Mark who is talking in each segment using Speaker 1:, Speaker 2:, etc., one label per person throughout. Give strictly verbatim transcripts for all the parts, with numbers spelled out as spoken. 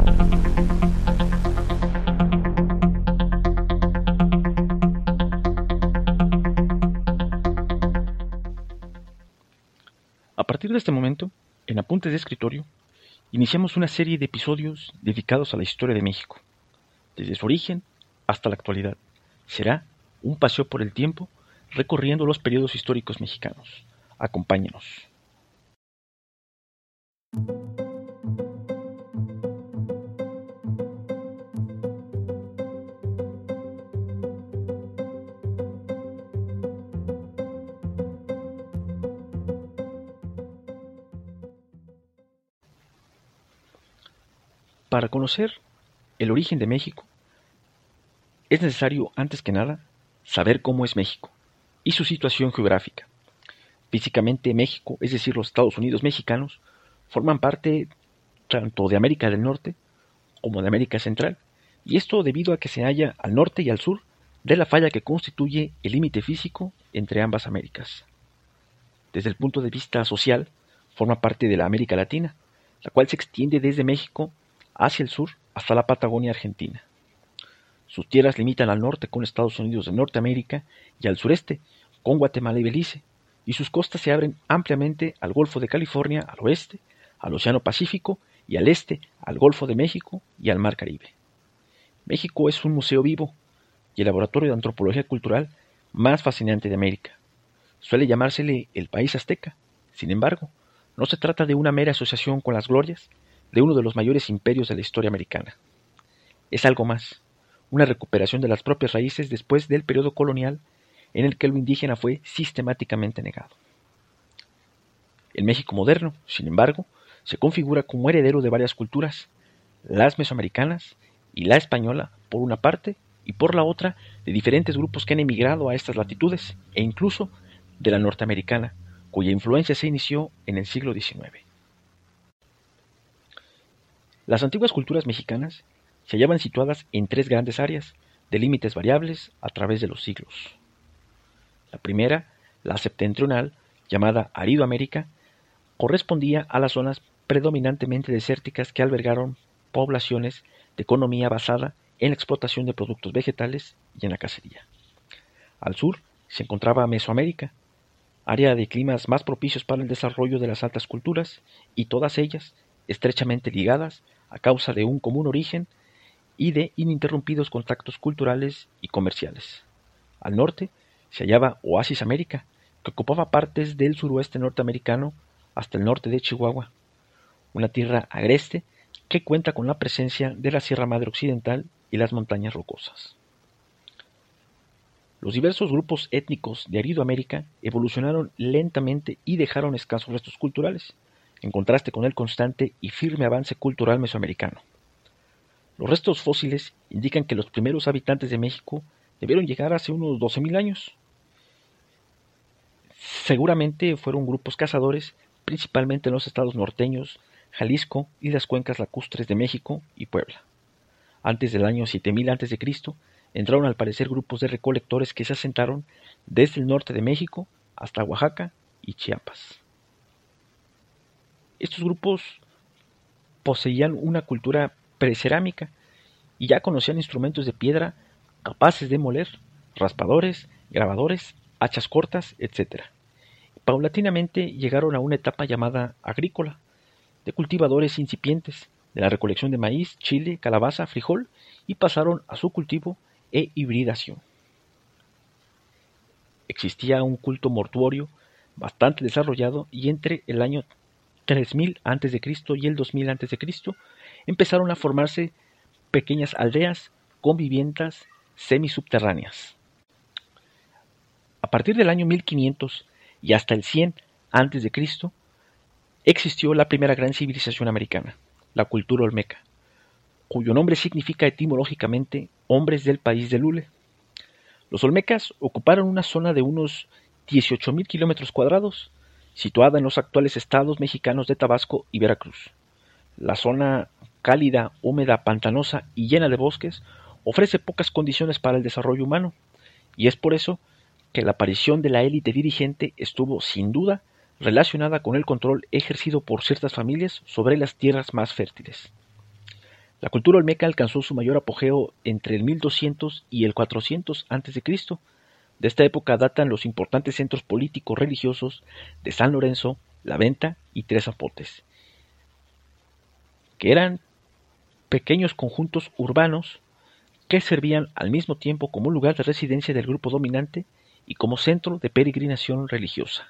Speaker 1: A partir de este momento, en Apuntes de Escritorio, iniciamos una serie de episodios dedicados a la historia de México, desde su origen hasta la actualidad. Será un paseo por el tiempo recorriendo los periodos históricos mexicanos. Acompáñenos. Para conocer el origen de México, es necesario, antes que nada, saber cómo es México y su situación geográfica. Físicamente, México, es decir, los Estados Unidos mexicanos, forman parte tanto de América del Norte como de América Central, y esto debido a que se halla al norte y al sur de la falla que constituye el límite físico entre ambas Américas. Desde el punto de vista social, forma parte de la América Latina, la cual se extiende desde México hacia el sur hasta la Patagonia Argentina. Sus tierras limitan al norte con Estados Unidos de Norteamérica y al sureste con Guatemala y Belice, y sus costas se abren ampliamente al Golfo de California al oeste, al Océano Pacífico y al este al Golfo de México y al Mar Caribe. México es un museo vivo y el laboratorio de antropología cultural más fascinante de América. Suele llamársele el país azteca. Sin embargo, no se trata de una mera asociación con las glorias de uno de los mayores imperios de la historia americana. Es algo más, una recuperación de las propias raíces después del periodo colonial en el que lo indígena fue sistemáticamente negado. El México moderno, sin embargo, se configura como heredero de varias culturas, las mesoamericanas y la española por una parte, y por la otra de diferentes grupos que han emigrado a estas latitudes, e incluso de la norteamericana, cuya influencia se inició en el siglo diecinueve. Las antiguas culturas mexicanas se hallaban situadas en tres grandes áreas, de límites variables a través de los siglos. La primera, la septentrional, llamada Aridoamérica, correspondía a las zonas predominantemente desérticas que albergaron poblaciones de economía basada en la explotación de productos vegetales y en la cacería. Al sur se encontraba Mesoamérica, área de climas más propicios para el desarrollo de las altas culturas, y todas ellas estrechamente ligadas a causa de un común origen y de ininterrumpidos contactos culturales y comerciales. Al norte se hallaba Oasis América, que ocupaba partes del suroeste norteamericano hasta el norte de Chihuahua, una tierra agreste que cuenta con la presencia de la Sierra Madre Occidental y las montañas rocosas. Los diversos grupos étnicos de Aridoamérica evolucionaron lentamente y dejaron escasos restos culturales, en contraste con el constante y firme avance cultural mesoamericano. Los restos fósiles indican que los primeros habitantes de México debieron llegar hace unos doce mil años. Seguramente fueron grupos cazadores, principalmente en los estados norteños, Jalisco y las cuencas lacustres de México y Puebla. Antes del año siete mil antes de Cristo, entraron al parecer grupos de recolectores que se asentaron desde el norte de México hasta Oaxaca y Chiapas. Estos grupos poseían una cultura precerámica y ya conocían instrumentos de piedra capaces de moler, raspadores, grabadores, hachas cortas, etcétera. Paulatinamente llegaron a una etapa llamada agrícola, de cultivadores incipientes, de la recolección de maíz, chile, calabaza, frijol, y pasaron a su cultivo e hibridación. Existía un culto mortuorio bastante desarrollado, y entre el año tres mil antes de Cristo y el dos mil antes de Cristo empezaron a formarse pequeñas aldeas con viviendas semisubterráneas. A partir del año mil quinientos y hasta el cien antes de Cristo existió la primera gran civilización americana, la cultura olmeca, cuyo nombre significa etimológicamente hombres del país del hule. Los olmecas ocuparon una zona de unos dieciocho mil kilómetros cuadrados, situada en los actuales estados mexicanos de Tabasco y Veracruz. La zona cálida, húmeda, pantanosa y llena de bosques ofrece pocas condiciones para el desarrollo humano, y es por eso que la aparición de la élite dirigente estuvo, sin duda, relacionada con el control ejercido por ciertas familias sobre las tierras más fértiles. La cultura olmeca alcanzó su mayor apogeo entre el mil doscientos y el cuatrocientos antes de Cristo. De esta época datan los importantes centros políticos religiosos de San Lorenzo, La Venta y Tres Zapotes, que eran pequeños conjuntos urbanos que servían al mismo tiempo como lugar de residencia del grupo dominante y como centro de peregrinación religiosa.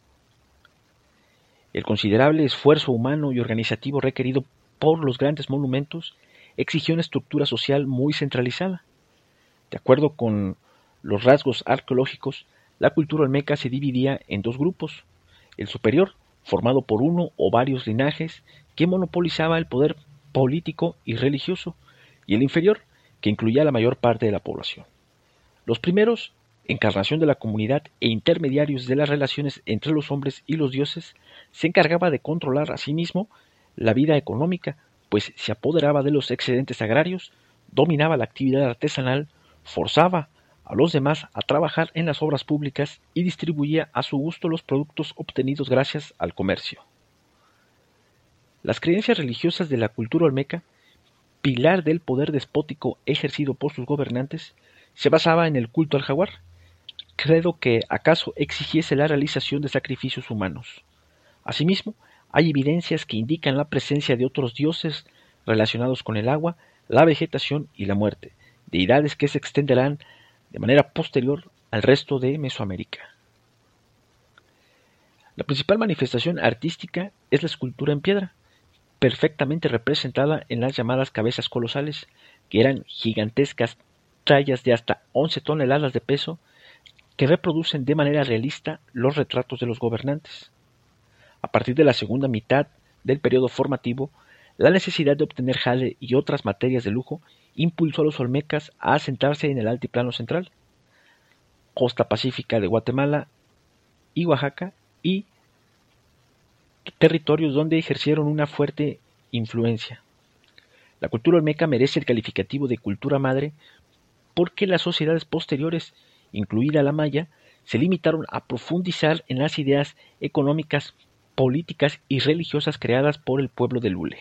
Speaker 1: El considerable esfuerzo humano y organizativo requerido por los grandes monumentos exigió una estructura social muy centralizada. De acuerdo con los rasgos arqueológicos, la cultura olmeca se dividía en dos grupos: el superior, formado por uno o varios linajes que monopolizaba el poder político y religioso, y el inferior, que incluía a la mayor parte de la población. Los primeros, encarnación de la comunidad e intermediarios de las relaciones entre los hombres y los dioses, se encargaba de controlar asimismo la vida económica, pues se apoderaba de los excedentes agrarios, dominaba la actividad artesanal, forzaba a los demás a trabajar en las obras públicas y distribuía a su gusto los productos obtenidos gracias al comercio. Las creencias religiosas de la cultura olmeca, pilar del poder despótico ejercido por sus gobernantes, se basaba en el culto al jaguar, credo que acaso exigiese la realización de sacrificios humanos. Asimismo, hay evidencias que indican la presencia de otros dioses relacionados con el agua, la vegetación y la muerte, deidades que se extenderán de manera posterior al resto de Mesoamérica. La principal manifestación artística es la escultura en piedra, perfectamente representada en las llamadas cabezas colosales, que eran gigantescas tallas de hasta once toneladas de peso, que reproducen de manera realista los retratos de los gobernantes. A partir de la segunda mitad del periodo formativo, la necesidad de obtener jade y otras materias de lujo impulsó a los olmecas a asentarse en el altiplano central, costa pacífica de Guatemala y Oaxaca, y territorios donde ejercieron una fuerte influencia. La cultura olmeca merece el calificativo de cultura madre porque las sociedades posteriores, incluida la maya, se limitaron a profundizar en las ideas económicas, políticas y religiosas creadas por el pueblo de Lule.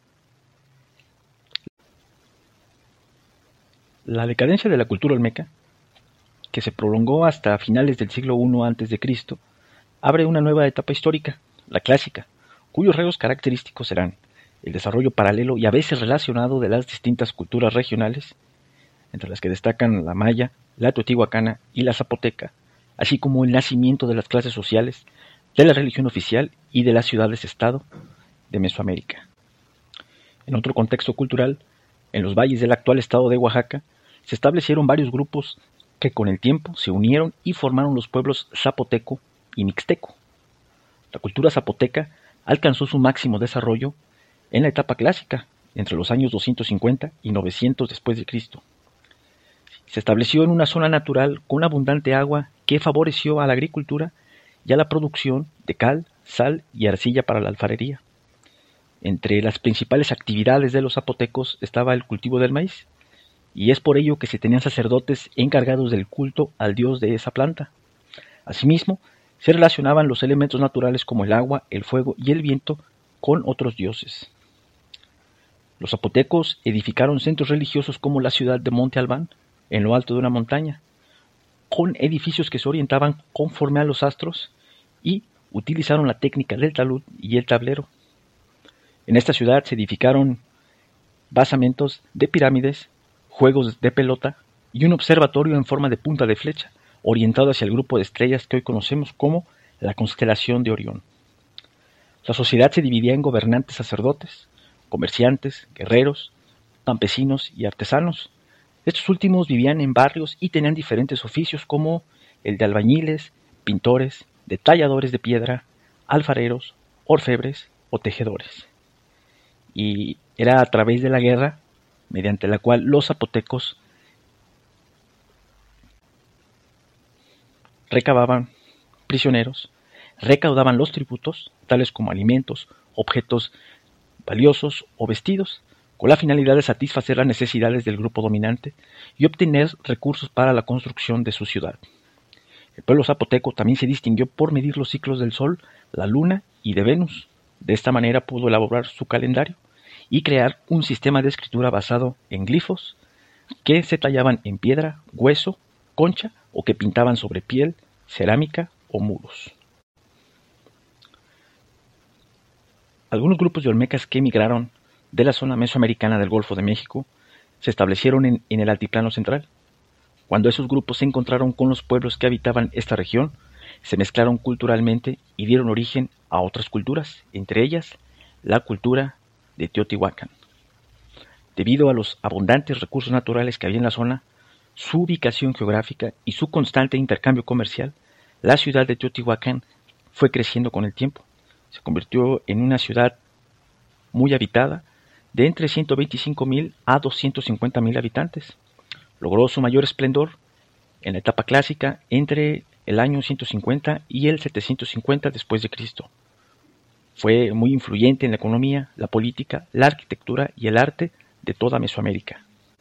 Speaker 1: La decadencia de la cultura olmeca, que se prolongó hasta finales del siglo primero antes de Cristo, abre una nueva etapa histórica, la clásica, cuyos rasgos característicos serán el desarrollo paralelo y a veces relacionado de las distintas culturas regionales, entre las que destacan la maya, la teotihuacana y la zapoteca, así como el nacimiento de las clases sociales, de la religión oficial y de las ciudades-estado de Mesoamérica. En otro contexto cultural, en los valles del actual estado de Oaxaca, se establecieron varios grupos que con el tiempo se unieron y formaron los pueblos zapoteco y mixteco. La cultura zapoteca alcanzó su máximo desarrollo en la etapa clásica, entre los años doscientos cincuenta y novecientos después de Cristo. Se estableció en una zona natural con abundante agua que favoreció a la agricultura y a la producción de cal, sal y arcilla para la alfarería. Entre las principales actividades de los zapotecos estaba el cultivo del maíz, y es por ello que se tenían sacerdotes encargados del culto al dios de esa planta. Asimismo, se relacionaban los elementos naturales como el agua, el fuego y el viento con otros dioses. Los zapotecos edificaron centros religiosos como la ciudad de Monte Albán, en lo alto de una montaña, con edificios que se orientaban conforme a los astros y utilizaron la técnica del talud y el tablero. En esta ciudad se edificaron basamentos de pirámides, juegos de pelota y un observatorio en forma de punta de flecha, orientado hacia el grupo de estrellas que hoy conocemos como la constelación de Orión. La sociedad se dividía en gobernantes sacerdotes, comerciantes, guerreros, campesinos y artesanos. Estos últimos vivían en barrios y tenían diferentes oficios como el de albañiles, pintores, detalladores de piedra, alfareros, orfebres o tejedores. Y era a través de la guerra mediante la cual los zapotecos recababan prisioneros, recaudaban los tributos, tales como alimentos, objetos valiosos o vestidos, con la finalidad de satisfacer las necesidades del grupo dominante y obtener recursos para la construcción de su ciudad. El pueblo zapoteco también se distinguió por medir los ciclos del Sol, la Luna y de Venus. De esta manera pudo elaborar su calendario y crear un sistema de escritura basado en glifos que se tallaban en piedra, hueso, concha o que pintaban sobre piel, cerámica o muros. Algunos grupos de olmecas que emigraron de la zona mesoamericana del Golfo de México se establecieron en, en el altiplano central. Cuando esos grupos se encontraron con los pueblos que habitaban esta región, se mezclaron culturalmente y dieron origen a otras culturas, entre ellas la cultura de Teotihuacán. Debido a los abundantes recursos naturales que había en la zona, su ubicación geográfica y su constante intercambio comercial, la ciudad de Teotihuacán fue creciendo con el tiempo. Se convirtió en una ciudad muy habitada, de entre ciento veinticinco mil a doscientos cincuenta mil habitantes. Logró su mayor esplendor en la etapa clásica entre el año ciento cincuenta y el setecientos cincuenta después de Cristo. Fue muy influyente en la economía, la política, la arquitectura y el arte de toda Mesoamérica.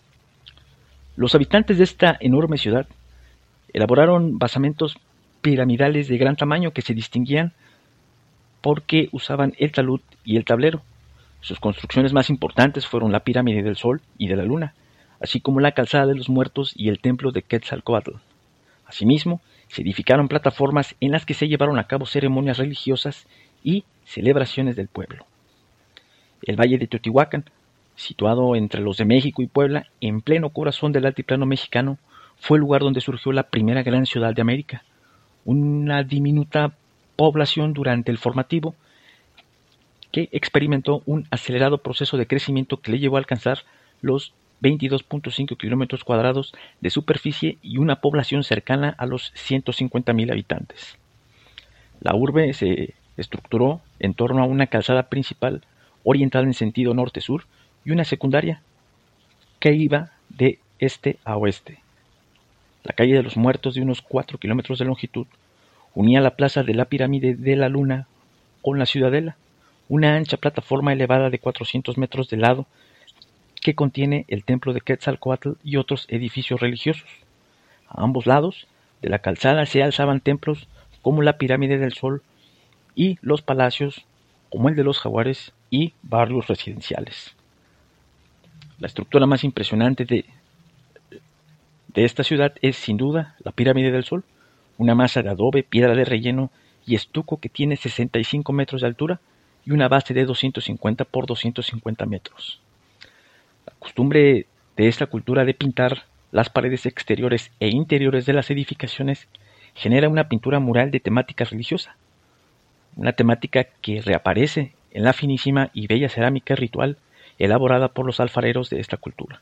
Speaker 1: Los habitantes de esta enorme ciudad elaboraron basamentos piramidales de gran tamaño que se distinguían porque usaban el talud y el tablero. Sus construcciones más importantes fueron la pirámide del Sol y de la Luna, así como la calzada de los muertos y el templo de Quetzalcóatl. Asimismo, se edificaron plataformas en las que se llevaron a cabo ceremonias religiosas y celebraciones del pueblo. El Valle de Teotihuacán, situado entre los de México y Puebla, en pleno corazón del altiplano mexicano, fue el lugar donde surgió la primera gran ciudad de América, una diminuta población durante el formativo que experimentó un acelerado proceso de crecimiento que le llevó a alcanzar los veintidós punto cinco kilómetros cuadrados de superficie y una población cercana a los ciento cincuenta mil habitantes. La urbe se estructuró en torno a una calzada principal orientada en sentido norte-sur y una secundaria que iba de este a oeste. La calle de los Muertos, de unos cuatro kilómetros de longitud, unía la plaza de la pirámide de la Luna con la ciudadela, una ancha plataforma elevada de cuatrocientos metros de lado que contiene el templo de Quetzalcóatl y otros edificios religiosos. A ambos lados de la calzada se alzaban templos como la pirámide del Sol y los palacios como el de los Jaguares y barrios residenciales. La estructura más impresionante de, de esta ciudad es sin duda la pirámide del Sol, una masa de adobe, piedra de relleno y estuco que tiene sesenta y cinco metros de altura y una base de doscientos cincuenta por doscientos cincuenta metros. La costumbre de esta cultura de pintar las paredes exteriores e interiores de las edificaciones genera una pintura mural de temática religiosa, una temática que reaparece en la finísima y bella cerámica ritual elaborada por los alfareros de esta cultura.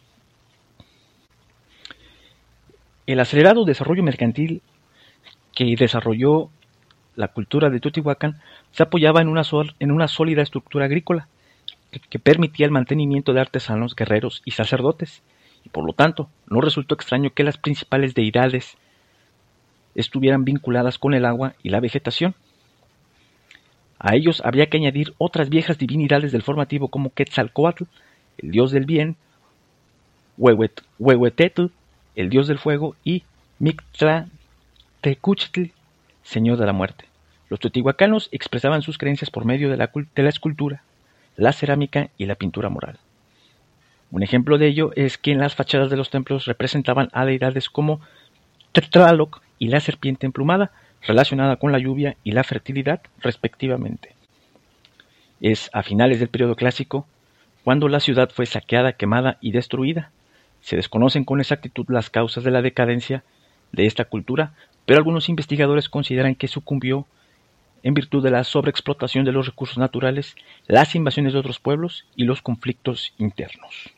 Speaker 1: El acelerado desarrollo mercantil que desarrolló la cultura de Teotihuacán se apoyaba en una, sol, en una sólida estructura agrícola que, que permitía el mantenimiento de artesanos, guerreros y sacerdotes, y por lo tanto no resultó extraño que las principales deidades estuvieran vinculadas con el agua y la vegetación. A ellos habría que añadir otras viejas divinidades del formativo como Quetzalcóatl, el dios del bien, Huehuet, Huehuetetl, el dios del fuego, y Mictlantecuhtli, señor de la muerte. Los teotihuacanos expresaban sus creencias por medio de la, de la escultura, la cerámica y la pintura mural. Un ejemplo de ello es que en las fachadas de los templos representaban a deidades como Tlaloc y la serpiente emplumada, relacionada con la lluvia y la fertilidad, respectivamente. Es a finales del periodo clásico cuando la ciudad fue saqueada, quemada y destruida. Se desconocen con exactitud las causas de la decadencia de esta cultura, pero algunos investigadores consideran que sucumbió en virtud de la sobreexplotación de los recursos naturales, las invasiones de otros pueblos y los conflictos internos.